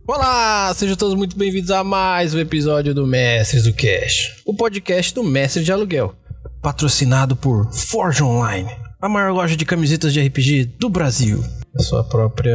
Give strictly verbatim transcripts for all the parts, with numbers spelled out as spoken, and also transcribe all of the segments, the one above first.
Olá, sejam todos muito bem-vindos a mais um episódio do Mestres do Cash, o podcast do Mestre de Aluguel, patrocinado por Forge Online, a maior loja de camisetas de R P G do Brasil. A sua própria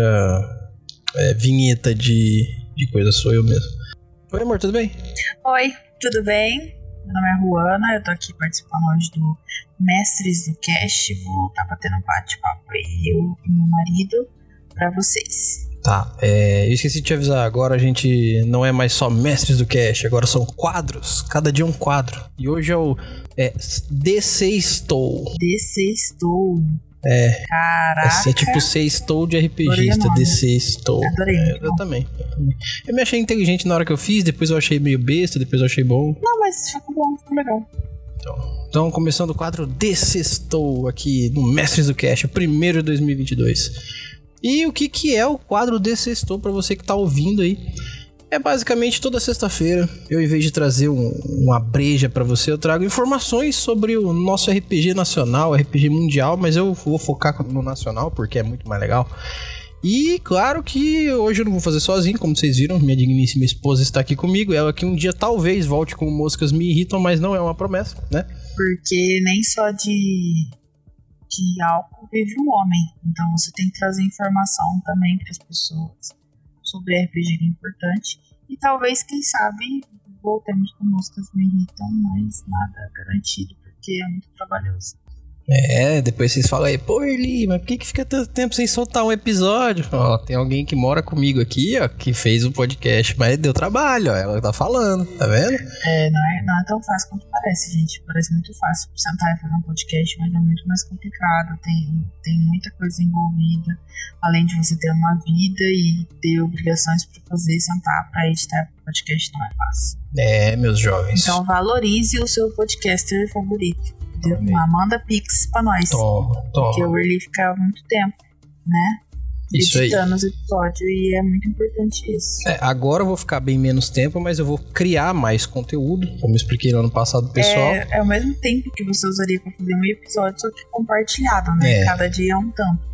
é, vinheta de, de coisa sou eu mesmo. Oi, amor, tudo bem? Oi, tudo bem? Meu nome é Ruana, eu tô aqui participando hoje do Mestres do Cash. Vou estar batendo um bate-papo aí, eu e meu marido, pra vocês. Tá, é, eu esqueci de te avisar, agora a gente não é mais só Mestres do Cash, agora são quadros, cada dia um quadro. E hoje é o é, D Sextou. D Sextou. É. Caraca. Esse é tipo Sextou de RPGista, D Sextou. Adorei. É, eu também, eu também. Eu me achei inteligente na hora que eu fiz, depois eu achei meio besta, depois eu achei bom. Não, mas ficou bom, ficou legal. Então, então começando o quadro D Sextou aqui no Mestres do Cash, o primeiro de dois mil e vinte e dois. E o que, que é o quadro de Sextou pra você que tá ouvindo aí? É basicamente toda sexta-feira, eu em vez de trazer um, uma breja pra você, eu trago informações sobre o nosso R P G nacional, R P G mundial, mas eu vou focar no nacional porque é muito mais legal. E claro que hoje eu não vou fazer sozinho, como vocês viram, minha digníssima esposa está aqui comigo, ela que um dia talvez volte com Moscas Me Irritam, mas não é uma promessa, né? Porque nem só de... de álcool vive um homem, então você tem que trazer informação também para as pessoas sobre R P G que é importante, e talvez, quem sabe, voltemos com Moscas Me Irritam, mas nada garantido, porque é muito trabalhoso. É, depois vocês falam aí, pô, Erli, mas por que, que fica tanto tempo sem soltar um episódio? Ó, tem alguém que mora comigo aqui, ó, que fez um podcast, mas deu trabalho, ó, ela tá falando, tá vendo? É, não é, não é tão fácil quanto parece, gente. Parece muito fácil sentar e fazer um podcast, mas é muito mais complicado, tem, tem muita coisa envolvida, além de você ter uma vida e ter obrigações pra fazer, sentar pra editar podcast não é fácil. É, meus jovens. Então valorize o seu podcaster favorito. Manda pix pra nós. Toma, toma. Porque o Early fica muito tempo, né? Isso editando aí. os episódios, e é muito importante isso. É, agora eu vou ficar bem menos tempo, mas eu vou criar mais conteúdo, como eu expliquei no ano passado pro pessoal. É, é o mesmo tempo que você usaria pra fazer um episódio, só que compartilhado, né? É. Cada dia é um tanto.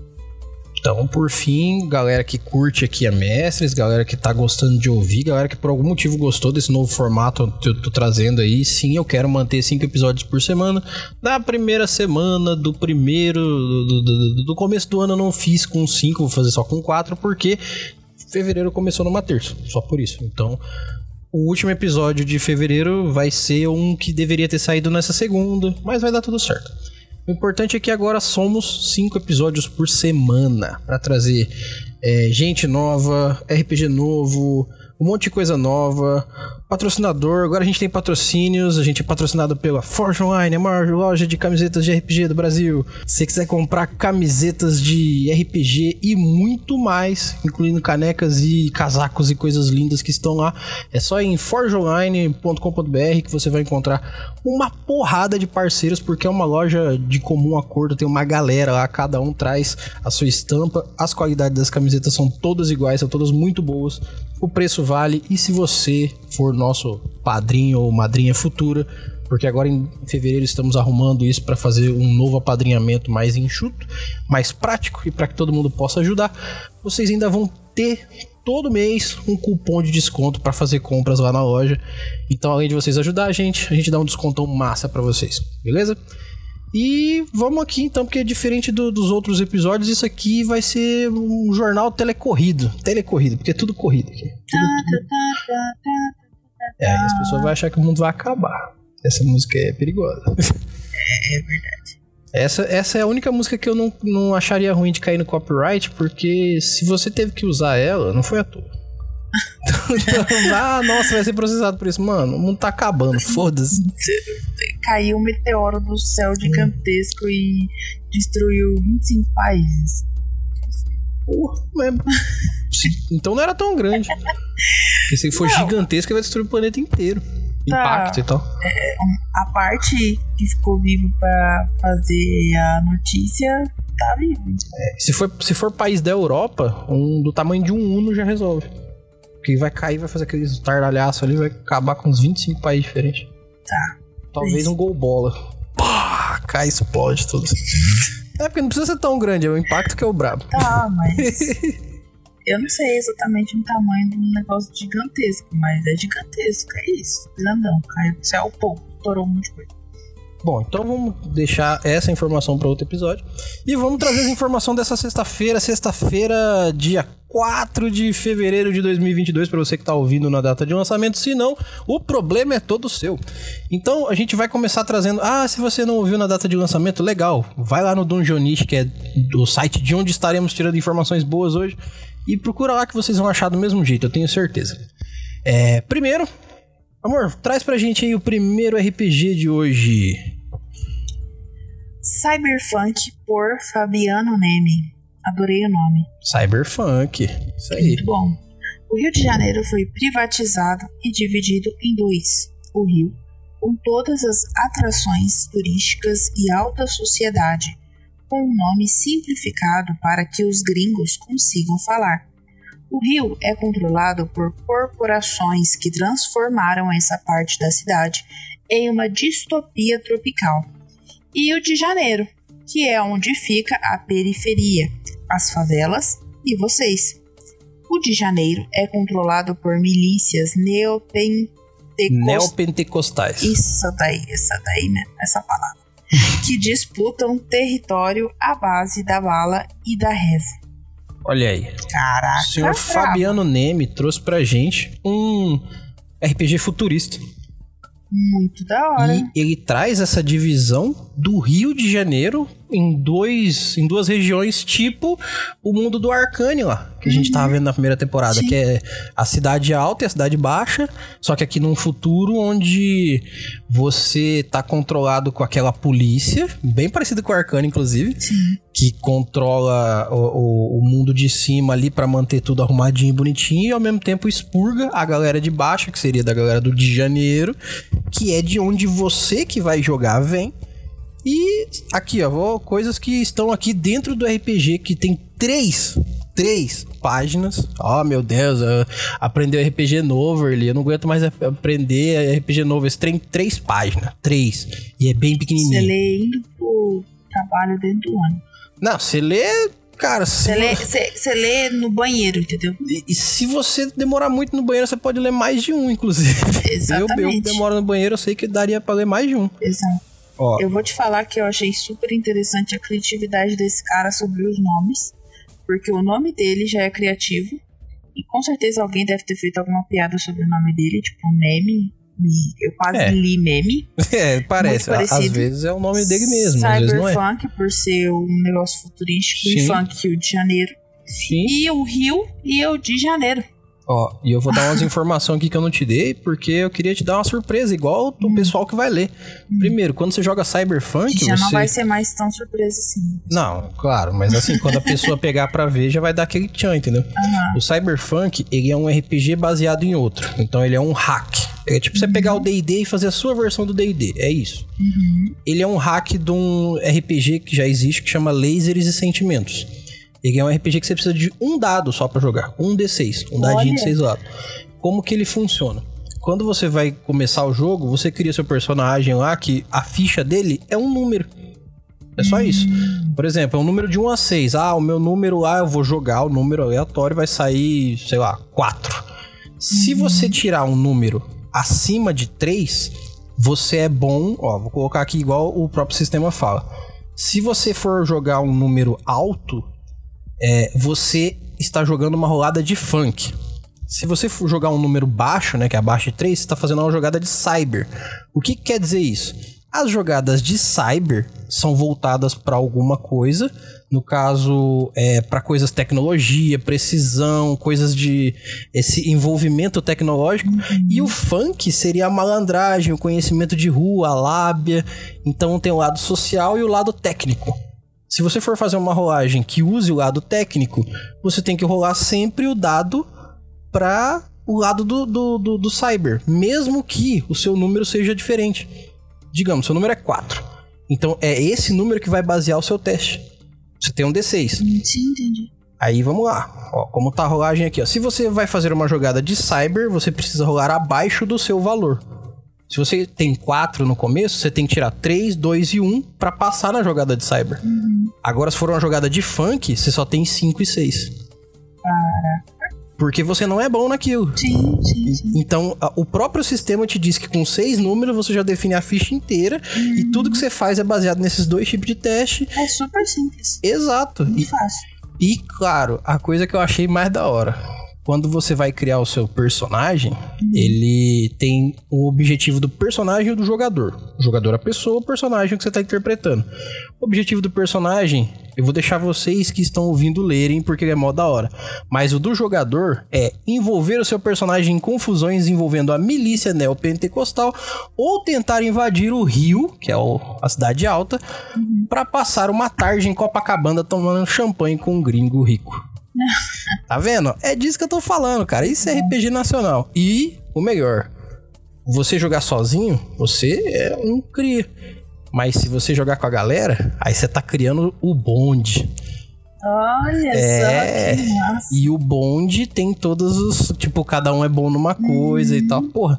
Então, por fim, galera que curte aqui a Mestres, galera que tá gostando de ouvir, galera que por algum motivo gostou desse novo formato que eu tô trazendo aí, sim, eu quero manter cinco episódios por semana. Da primeira semana, do primeiro, do, do, do começo do ano eu não fiz com cinco, vou fazer só com quatro, porque fevereiro começou numa terça, só por isso. Então, o último episódio de fevereiro vai ser um que deveria ter saído nessa segunda, mas vai dar tudo certo. O importante é que agora somos cinco episódios por semana para trazer é, gente nova, R P G novo, um monte de coisa nova, patrocinador. Agora a gente tem patrocínios, a gente é patrocinado pela Forge Online, a maior loja de camisetas de R P G do Brasil. Se você quiser comprar camisetas de R P G e muito mais, incluindo canecas e casacos e coisas lindas que estão lá, é só ir em forge online ponto com ponto b r que você vai encontrar uma porrada de parceiros, porque é uma loja de comum acordo, tem uma galera lá, cada um traz a sua estampa, as qualidades das camisetas são todas iguais, são todas muito boas, o preço vale, e se você for nosso padrinho ou madrinha futura, porque agora em fevereiro estamos arrumando isso para fazer um novo apadrinhamento mais enxuto, mais prático e para que todo mundo possa ajudar, vocês ainda vão ter todo mês um cupom de desconto para fazer compras lá na loja. Então, além de vocês ajudar a gente, a gente dá um descontão massa para vocês, beleza? E vamos aqui então, porque diferente do, dos outros episódios, isso aqui vai ser um jornal telecorrido. Telecorrido, porque é tudo corrido aqui. Tudo, tudo... É, aí as pessoas vão achar que o mundo vai acabar. Essa música é perigosa. É, é verdade. Essa, essa é a única música que eu não, não acharia ruim de cair no copyright, porque se você teve que usar ela, não foi à toa. Então, ah, nossa, vai ser processado por isso. Mano, o mundo tá acabando, foda-se. Caiu um meteoro do céu gigantesco hum. e destruiu vinte e cinco países. Porra, mas... Então não era tão grande. Porque se for não. gigantesco, vai destruir o planeta inteiro. Impacto e tal. É, a parte que ficou viva pra fazer a notícia tá viva. É, se, for, se for país da Europa, um do tamanho de um Uno já resolve. Porque vai cair, vai fazer aquele tardalhaço ali, vai acabar com uns vinte e cinco países diferentes. Tá. Talvez um gol bola. Pá, cai, explode tudo. É porque não precisa ser tão grande, é o impacto que é o brabo. Tá, mas... Eu não sei exatamente o tamanho de um negócio gigantesco, mas é gigantesco, é isso. Grandão, caiu do céu, pô, estourou um monte de coisa. Bom, então vamos deixar essa informação para outro episódio. E vamos trazer essa informação dessa sexta-feira, sexta-feira, dia quatro de fevereiro de dois mil e vinte e dois, para você que tá ouvindo na data de lançamento. Se não, o problema é todo seu. Então a gente vai começar trazendo... Ah, se você não ouviu na data de lançamento, legal. Vai lá no Dungeonish, que é do site de onde estaremos tirando informações boas hoje. E procura lá que vocês vão achar do mesmo jeito, eu tenho certeza. É, primeiro... Amor, traz pra gente aí o primeiro R P G de hoje. Cyberpunk por Fabiano Neme. Adorei o nome. Cyberpunk, isso aí. Muito bom. O Rio de Janeiro foi privatizado e dividido em dois. O Rio, com todas as atrações turísticas e alta sociedade, com um nome simplificado para que os gringos consigam falar. O Rio é controlado por corporações que transformaram essa parte da cidade em uma distopia tropical. E o de Janeiro, que é onde fica a periferia, as favelas e vocês. O de Janeiro é controlado por milícias neopentecost... neopentecostais. Isso daí, essa daí, né? Essa palavra. Que disputam território à base da bala e da reza. Olha aí. Caraca, o senhor Fabiano Neme trouxe pra gente um R P G futurista. Muito da hora. E ele traz essa divisão do Rio de Janeiro em, dois, em duas regiões, tipo o mundo do Arcane lá, que a gente uhum. tava vendo na primeira temporada. Sim. Que é a cidade alta e a cidade baixa, só que aqui num futuro onde você tá controlado com aquela polícia, bem parecida com o Arcane, inclusive. Sim. Que controla o, o, o mundo de cima ali pra manter tudo arrumadinho e bonitinho, e ao mesmo tempo expurga a galera de baixo, que seria da galera do de Janeiro, que é de onde você que vai jogar vem. E aqui, ó, coisas que estão aqui dentro do R P G, que tem três, três páginas. Oh, meu Deus, aprender R P G novo, ali. Eu não aguento mais aprender R P G novo. Esse tem três páginas, três. E é bem pequenininho. Você lê indo pro trabalho dentro do ano. Não, você lê... Cara, você lê, você lê no banheiro, entendeu? E, e se você demorar muito no banheiro, você pode ler mais de um, inclusive. Exatamente. Eu, eu demoro no banheiro, eu sei que daria pra ler mais de um. Exato. Ó. Eu vou te falar que eu achei super interessante a criatividade desse cara sobre os nomes, porque o nome dele já é criativo, e com certeza alguém deve ter feito alguma piada sobre o nome dele, tipo Neme. Eu quase é. li Neme. É, parece. Às vezes é o nome dele mesmo, às vezes não é. Cyberpunk, por ser um negócio futurístico. Sim. E Funk, Rio de Janeiro. Sim. E o Rio e o de Janeiro. Ó, e eu vou dar umas informações aqui que eu não te dei, porque eu queria te dar uma surpresa, igual o hum. pessoal que vai ler. Hum. Primeiro, quando você joga Cyberpunk, já você... não vai ser mais tão surpresa assim. Não, claro, mas assim, quando a pessoa pegar pra ver, já vai dar aquele tchan, entendeu? Uhum. O Cyberpunk, ele é um R P G baseado em outro. Então ele é um hack. É tipo uhum. você pegar o D e D e fazer a sua versão do D e D. É isso. Uhum. Ele é um hack de um R P G que já existe, que chama Lasers e Sentimentos. Ele é um R P G que você precisa de um dado só pra jogar. Um D seis. Um Olha. dadinho de seis lados. Como que ele funciona? Quando você vai começar o jogo, você cria seu personagem lá, que a ficha dele é um número. É só isso. Por exemplo, é um número de um a seis. Ah, o meu número lá, eu vou jogar o número aleatório, vai sair, sei lá, quatro. Se você tirar um número acima de três, você é bom... Ó, vou colocar aqui igual o próprio sistema fala. Se você for jogar um número alto... É, você está jogando uma rolada de funk. Se você for jogar um número baixo, né, que é abaixo de três, você está fazendo uma jogada de cyber. O que, que quer dizer isso? As jogadas de cyber são voltadas para alguma coisa, no caso, é, para coisas tecnologia, precisão, coisas de esse envolvimento tecnológico. Uhum. E o funk seria a malandragem, o conhecimento de rua, a lábia. Então tem o lado social e o lado técnico. Se você for fazer uma rolagem que use o lado técnico, você tem que rolar sempre o dado para o lado do, do, do, do cyber, mesmo que o seu número seja diferente. Digamos, seu número é quatro. Então é esse número que vai basear o seu teste. Você tem um D seis. Sim, entendi. Aí vamos lá. Ó, como tá a rolagem aqui, ó. Se você vai fazer uma jogada de cyber, você precisa rolar abaixo do seu valor. Se você tem quatro no começo, você tem que tirar três, dois e um pra passar na jogada de cyber. Uhum. Agora, se for uma jogada de funk, você só tem cinco e seis. Caraca. Porque você não é bom naquilo. Sim, sim, sim. Então, a, o próprio sistema te diz que com seis números você já define a ficha inteira uhum. e tudo que você faz é baseado nesses dois tipos de teste. É super simples. Exato. Muito e, fácil. E, claro, a coisa que eu achei mais da hora. Quando você vai criar o seu personagem, uhum. ele tem o objetivo do personagem e do jogador. O jogador é a pessoa, o personagem é o que você está interpretando. O objetivo do personagem, eu vou deixar vocês que estão ouvindo lerem, porque é mó da hora. Mas o do jogador é envolver o seu personagem em confusões envolvendo a milícia neopentecostal ou tentar invadir o Rio, que é o, a cidade alta, uhum. para passar uma tarde em Copacabana tomando champanhe com um gringo rico. Tá vendo? É disso que eu tô falando, cara. Isso é R P G nacional. E o melhor, você jogar sozinho, você é um cria. Mas se você jogar com a galera, aí você tá criando o bonde. Olha é, só que massa. E o bonde tem todos os... Tipo, cada um é bom numa coisa uhum. e tal. Porra,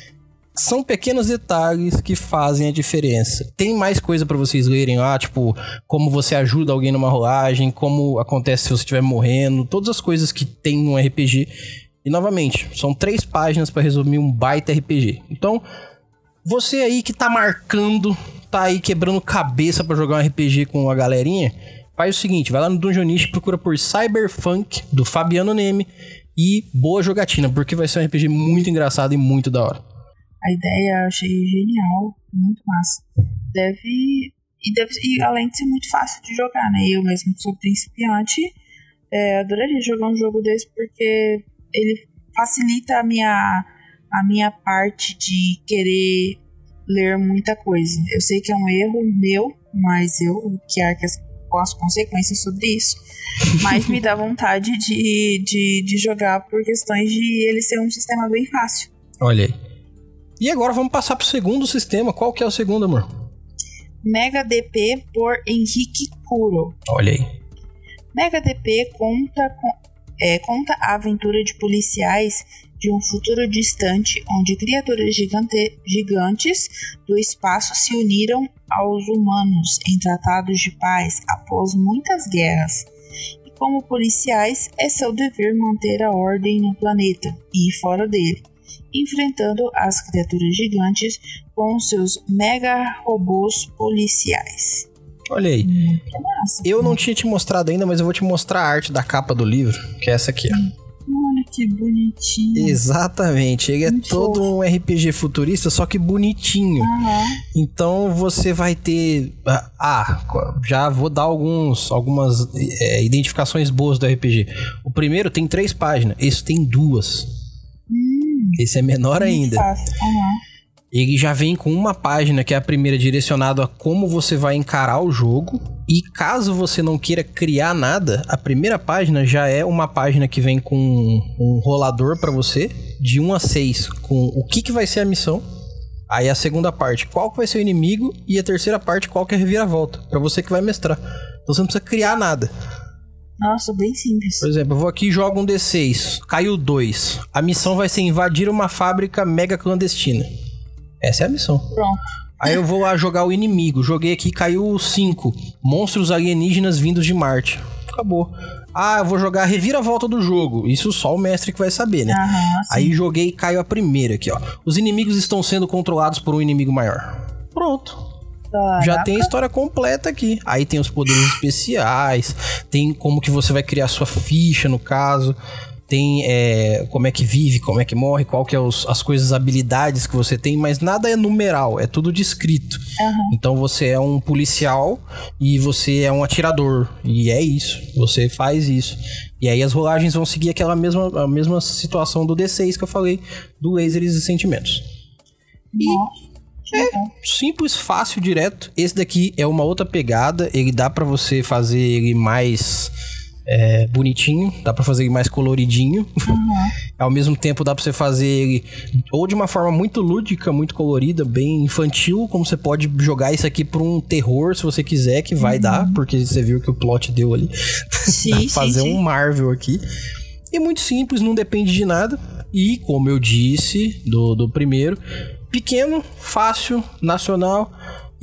são pequenos detalhes que fazem a diferença. Tem mais coisa pra vocês lerem lá, tipo, como você ajuda alguém numa rolagem, como acontece se você estiver morrendo, todas as coisas que tem no R P G. E, novamente, são três páginas pra resumir um baita R P G. Então, você aí que tá marcando, tá aí quebrando cabeça pra jogar um R P G com a galerinha, faz o seguinte, vai lá no Dungeonish, procura por Cyberfunk, do Fabiano Neme, e boa jogatina, porque vai ser um R P G muito engraçado e muito da hora. A ideia eu achei genial, muito massa. Deve e, deve... e além de ser muito fácil de jogar, né? Eu mesmo que sou principiante, é, adoraria jogar um jogo desse porque ele facilita a minha, a minha parte de querer ler muita coisa. Eu sei que é um erro meu, mas eu que arco com as consequências sobre isso. Mas me dá vontade de, de, de jogar por questões de ele ser um sistema bem fácil. Olha aí. E agora vamos passar pro segundo sistema. Qual que é o segundo, amor? Mega D P por Henrique Kuro. Olha aí. Mega D P conta, com, é, conta a aventura de policiais de um futuro distante onde criaturas gigante, gigantes do espaço se uniram aos humanos em tratados de paz após muitas guerras. E como policiais, é seu dever manter a ordem no planeta e fora dele, enfrentando as criaturas gigantes com seus mega robôs policiais. Olha aí. Hum, que massa, eu não tinha te mostrado ainda, mas eu vou te mostrar a arte da capa do livro, que é essa aqui, ó. Olha que bonitinho. Exatamente, ele é Muito todo fofo. um R P G futurista, só que bonitinho. Uhum. Então você vai ter... Ah, já vou dar alguns, algumas é, identificações boas do R P G. O primeiro tem três páginas, esse tem duas. Hum, esse é menor ainda. Fácil. Uhum. Ele já vem com uma página, que é a primeira, direcionada a como você vai encarar o jogo. E caso você não queira criar nada, a primeira página já é uma página que vem com um rolador pra você, de um a seis, com o que, que vai ser a missão. Aí a segunda parte, qual que vai ser o inimigo. E a terceira parte, qual que é a reviravolta, pra você que vai mestrar. Então você não precisa criar nada. Nossa, bem simples. Por exemplo, eu vou aqui e jogo um D seis, caiu dois. A missão vai ser invadir uma fábrica mega clandestina. Essa é a missão. Pronto. Aí eu vou lá jogar o inimigo. Joguei aqui, caiu cinco. Monstros alienígenas vindos de Marte. Acabou. Ah, eu vou jogar a reviravolta do jogo. Isso só o mestre que vai saber, né? Aham, aí joguei e caiu a primeira aqui, ó. Os inimigos estão sendo controlados por um inimigo maior. Pronto. Caraca. Já tem a história completa aqui. Aí tem os poderes especiais. Tem como que você vai criar sua ficha, no caso. Tem é, como é que vive, como é que morre, qual que é os, as coisas, habilidades que você tem, mas nada é numeral, é tudo descrito. Uhum. Então você é um policial e você é um atirador, e é isso, você faz isso. E aí as rolagens vão seguir aquela mesma, a mesma situação do D seis que eu falei, do Lasers e Sentimentos. E é simples, fácil, direto. Esse daqui é uma outra pegada, ele dá pra você fazer ele mais... É, bonitinho, dá pra fazer ele mais coloridinho. Uhum. Ao mesmo tempo dá pra você fazer ele ou de uma forma muito lúdica, muito colorida, bem infantil, como você pode jogar isso aqui pra um terror, se você quiser, que vai uhum. dar, porque você viu que o plot deu ali. Sim, dá pra fazer sim, um sim. Marvel aqui. E muito simples, não depende de nada. E como eu disse do, do primeiro, pequeno, fácil, nacional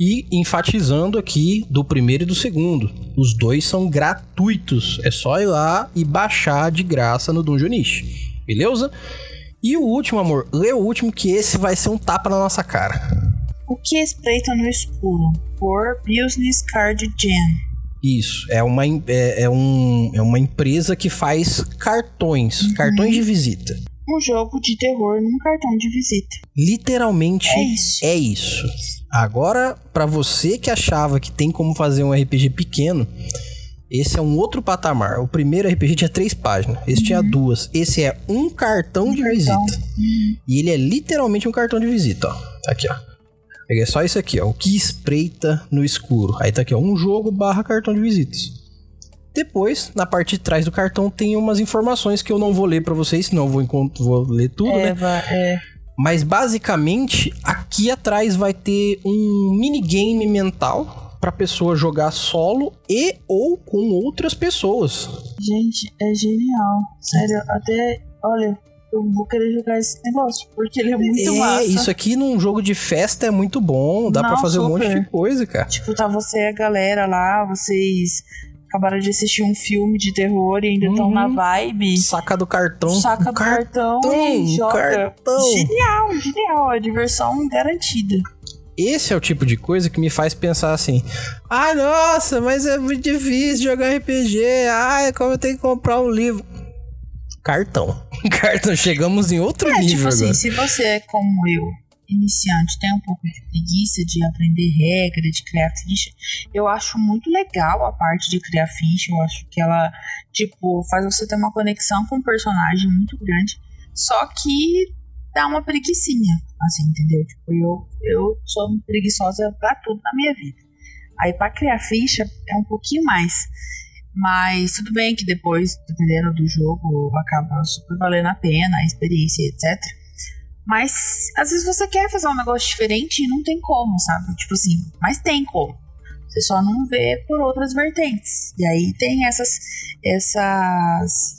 E enfatizando aqui do primeiro e do segundo. Os dois são gratuitos. É só ir lá e baixar de graça no Dungeonish. Beleza? E o último, amor. Lê o último que esse vai ser um tapa na nossa cara. O que espreita no escuro? Por Business Card Jam. Isso. É uma, é, é um, é uma empresa que faz cartões. Uhum. Cartões de visita. Um jogo de terror num cartão de visita. Literalmente é isso. É isso. Agora, pra você que achava que tem como fazer um R P G pequeno, esse é um outro patamar. O primeiro R P G tinha três páginas, esse uhum. tinha duas. Esse é um cartão um de cartão. visita. Uhum. E ele é literalmente um cartão de visita, ó. Tá aqui, ó. Peguei só isso aqui, ó. O que espreita no escuro. Aí tá aqui, ó. Um jogo barra cartão de visitas. Depois, na parte de trás do cartão, tem umas informações que eu não vou ler pra vocês, senão eu vou, encontro, vou ler tudo, é, né? Vai, é. Mas, basicamente, aqui atrás vai ter um minigame mental pra pessoa jogar solo e ou com outras pessoas. Gente, é genial. Sério, até... Olha, eu vou querer jogar esse negócio, porque ele é muito é, massa. Isso aqui num jogo de festa é muito bom. Dá Não, pra fazer super. um monte de coisa, cara. Tipo, tá você e a galera lá, vocês... acabaram de assistir um filme de terror e ainda estão uhum. na vibe. Saca do cartão. Saca do cartão, cartão e joga. Cartão. Genial, genial. A diversão garantida. Esse é o tipo de coisa que me faz pensar assim: ah, nossa, mas é muito difícil jogar R P G. Ai, como eu tenho que comprar um livro. Cartão. Cartão. Chegamos em outro é, nível tipo agora. Assim, se você é como eu, iniciante, tem um pouco de preguiça de aprender regra, de criar ficha, eu acho muito legal a parte de criar ficha. Eu acho que ela, tipo, faz você ter uma conexão com um personagem muito grande, só que dá uma preguicinha, assim, entendeu? Tipo, eu, eu sou preguiçosa pra tudo na minha vida. Aí pra criar ficha é um pouquinho mais, mas tudo bem que depois, dependendo do jogo, acaba super valendo a pena, a experiência, etcétera. Mas, às vezes você quer fazer um negócio diferente e não tem como, sabe? Tipo assim, mas tem como. Você só não vê por outras vertentes. E aí tem essas... Essas...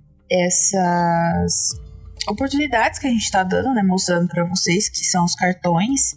Essas... oportunidades que a gente tá dando, né? Mostrando pra vocês que são os cartões,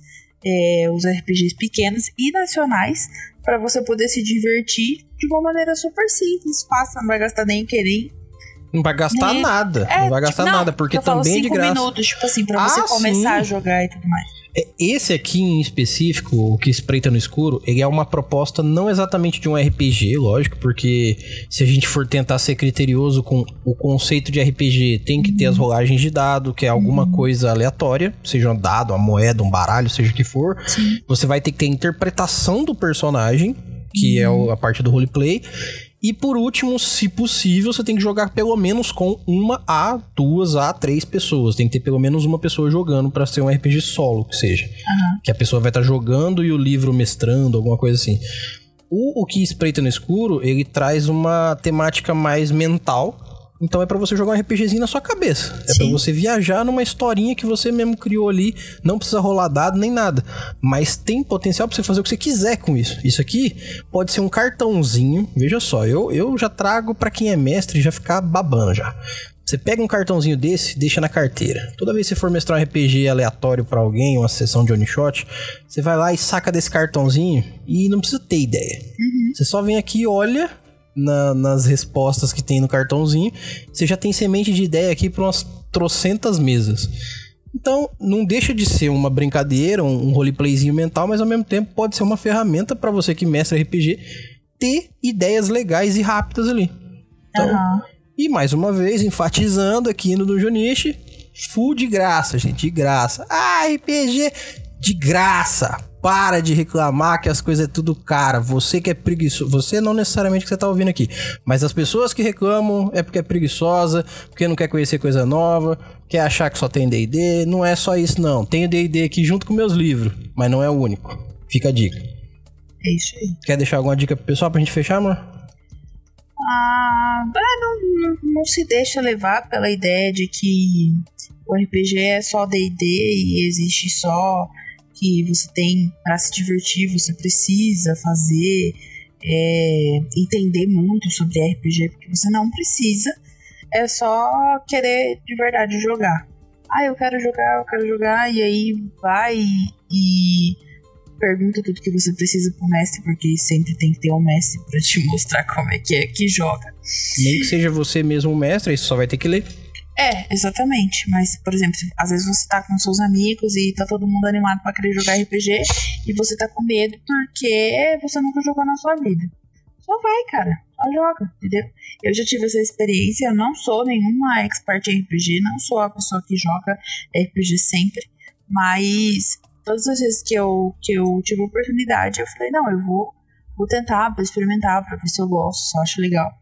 é, os R P Gs pequenos e nacionais, pra você poder se divertir de uma maneira super simples, fácil, não vai gastar nem querer. Não vai gastar é, nada. É, não vai gastar tipo, nada, porque eu falo também é de graça. minutos, tipo assim, pra ah, você começar sim. a jogar e tudo mais. Esse aqui em específico, o que espreita no escuro, ele é uma proposta não exatamente de um R P G, lógico, porque se a gente for tentar ser criterioso com o conceito de R P G, tem que uhum. ter as rolagens de dado, que é alguma uhum. coisa aleatória, seja um dado, uma moeda, um baralho, seja o que for. Sim. Você vai ter que ter a interpretação do personagem, que uhum. é a parte do roleplay. E por último, se possível, você tem que jogar pelo menos com uma a duas a três pessoas. Tem que ter pelo menos uma pessoa jogando pra ser um R P G solo, que seja. Uhum. Que a pessoa vai estar tá jogando e o livro mestrando, alguma coisa assim. O, o que espreita no escuro, ele traz uma temática mais mental. Então é pra você jogar um RPGzinho na sua cabeça. É Sim. pra você viajar numa historinha que você mesmo criou ali. Não precisa rolar dado nem nada. Mas tem potencial pra você fazer o que você quiser com isso. Isso aqui pode ser um cartãozinho. Veja só, eu, eu já trago pra quem é mestre já ficar babando já. Você pega um cartãozinho desse, deixa na carteira. Toda vez que você for mestrar um R P G aleatório pra alguém, uma sessão de one shot, você vai lá e saca desse cartãozinho e não precisa ter ideia. Uhum. Você só vem aqui e olha... Na, nas respostas que tem no cartãozinho, você já tem semente de ideia aqui para umas trocentas mesas. Então, não deixa de ser uma brincadeira, um, um roleplayzinho mental, mas ao mesmo tempo pode ser uma ferramenta para você que mestra R P G ter ideias legais e rápidas ali. Então, uhum. E mais uma vez, enfatizando aqui no Dungeonish, full de graça, gente, de graça. Ah, R P G de graça. Para de reclamar que as coisas é tudo cara. Você que é preguiçoso. Você não necessariamente que você tá ouvindo aqui. Mas as pessoas que reclamam é porque é preguiçosa, porque não quer conhecer coisa nova, quer achar que só tem D e D. Não é só isso, não. Tenho D e D aqui junto com meus livros, mas não é o único. Fica a dica. É isso aí. Quer deixar alguma dica pro pessoal pra gente fechar, amor? Ah, não, não, não se deixa levar pela ideia de que o R P G é só D e D e existe só... que você tem para se divertir, você precisa fazer, é, entender muito sobre R P G, porque você não precisa, é só querer de verdade jogar. Ah, eu quero jogar, eu quero jogar, e aí vai e pergunta tudo que você precisa pro mestre, porque sempre tem que ter um mestre pra te mostrar como é que é que joga. Nem que seja você mesmo o mestre, aí você só vai ter que ler. É, exatamente. Mas, por exemplo, às vezes você tá com seus amigos e tá todo mundo animado pra querer jogar R P G e você tá com medo porque você nunca jogou na sua vida. Só vai, cara. Só joga, entendeu? Eu já tive essa experiência, eu não sou nenhuma expert em R P G, não sou a pessoa que joga R P G sempre, mas todas as vezes que eu, que eu tive a oportunidade, eu falei, não, eu vou, vou tentar, vou experimentar pra ver se eu gosto, se eu acho legal.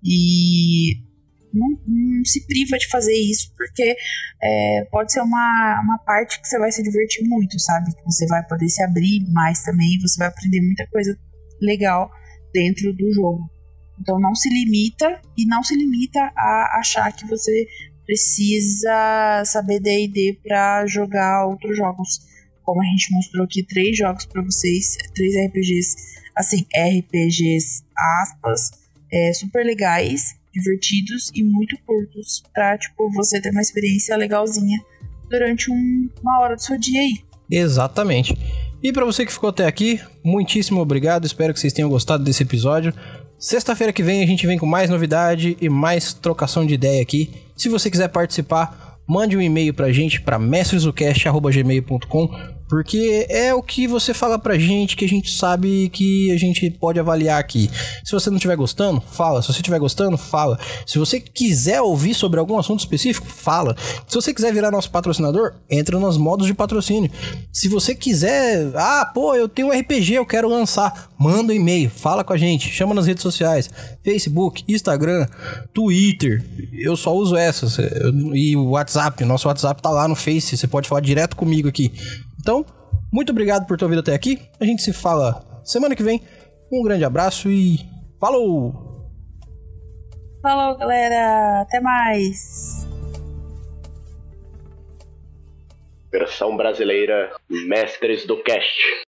E não, não se priva de fazer isso, porque é, pode ser uma, uma parte que você vai se divertir muito, sabe? Que você vai poder se abrir mais também, você vai aprender muita coisa legal dentro do jogo. Então não se limita e não se limita a achar que você precisa saber D e D para jogar outros jogos. Como a gente mostrou aqui, três jogos para vocês, três R P Gs, assim, R P Gs, aspas, é, super legais, divertidos e muito curtos para, tipo, você ter uma experiência legalzinha durante um, uma hora do seu dia aí. Exatamente. E para você que ficou até aqui, muitíssimo obrigado, espero que vocês tenham gostado desse episódio. Sexta-feira que vem a gente vem com mais novidade e mais trocação de ideia aqui. Se você quiser participar, mande um e-mail pra gente para mestresocast arroba gmail ponto com, porque é o que você fala pra gente que a gente sabe que a gente pode avaliar aqui. Se você não estiver gostando, fala. Se você estiver gostando, fala. Se você quiser ouvir sobre algum assunto específico, fala. Se você quiser virar nosso patrocinador, entra nos modos de patrocínio. Se você quiser, ah, pô, eu tenho um R P G, eu quero lançar, manda um e-mail, fala com a gente, chama nas redes sociais, Facebook, Instagram, Twitter, eu só uso essas, e o WhatsApp, nosso WhatsApp tá lá no Face, você pode falar direto comigo aqui. Então, muito obrigado por ter ouvido até aqui. A gente se fala semana que vem. Um grande abraço e falou! Falou, galera! Até mais! Versão brasileira, Mestres do Cast.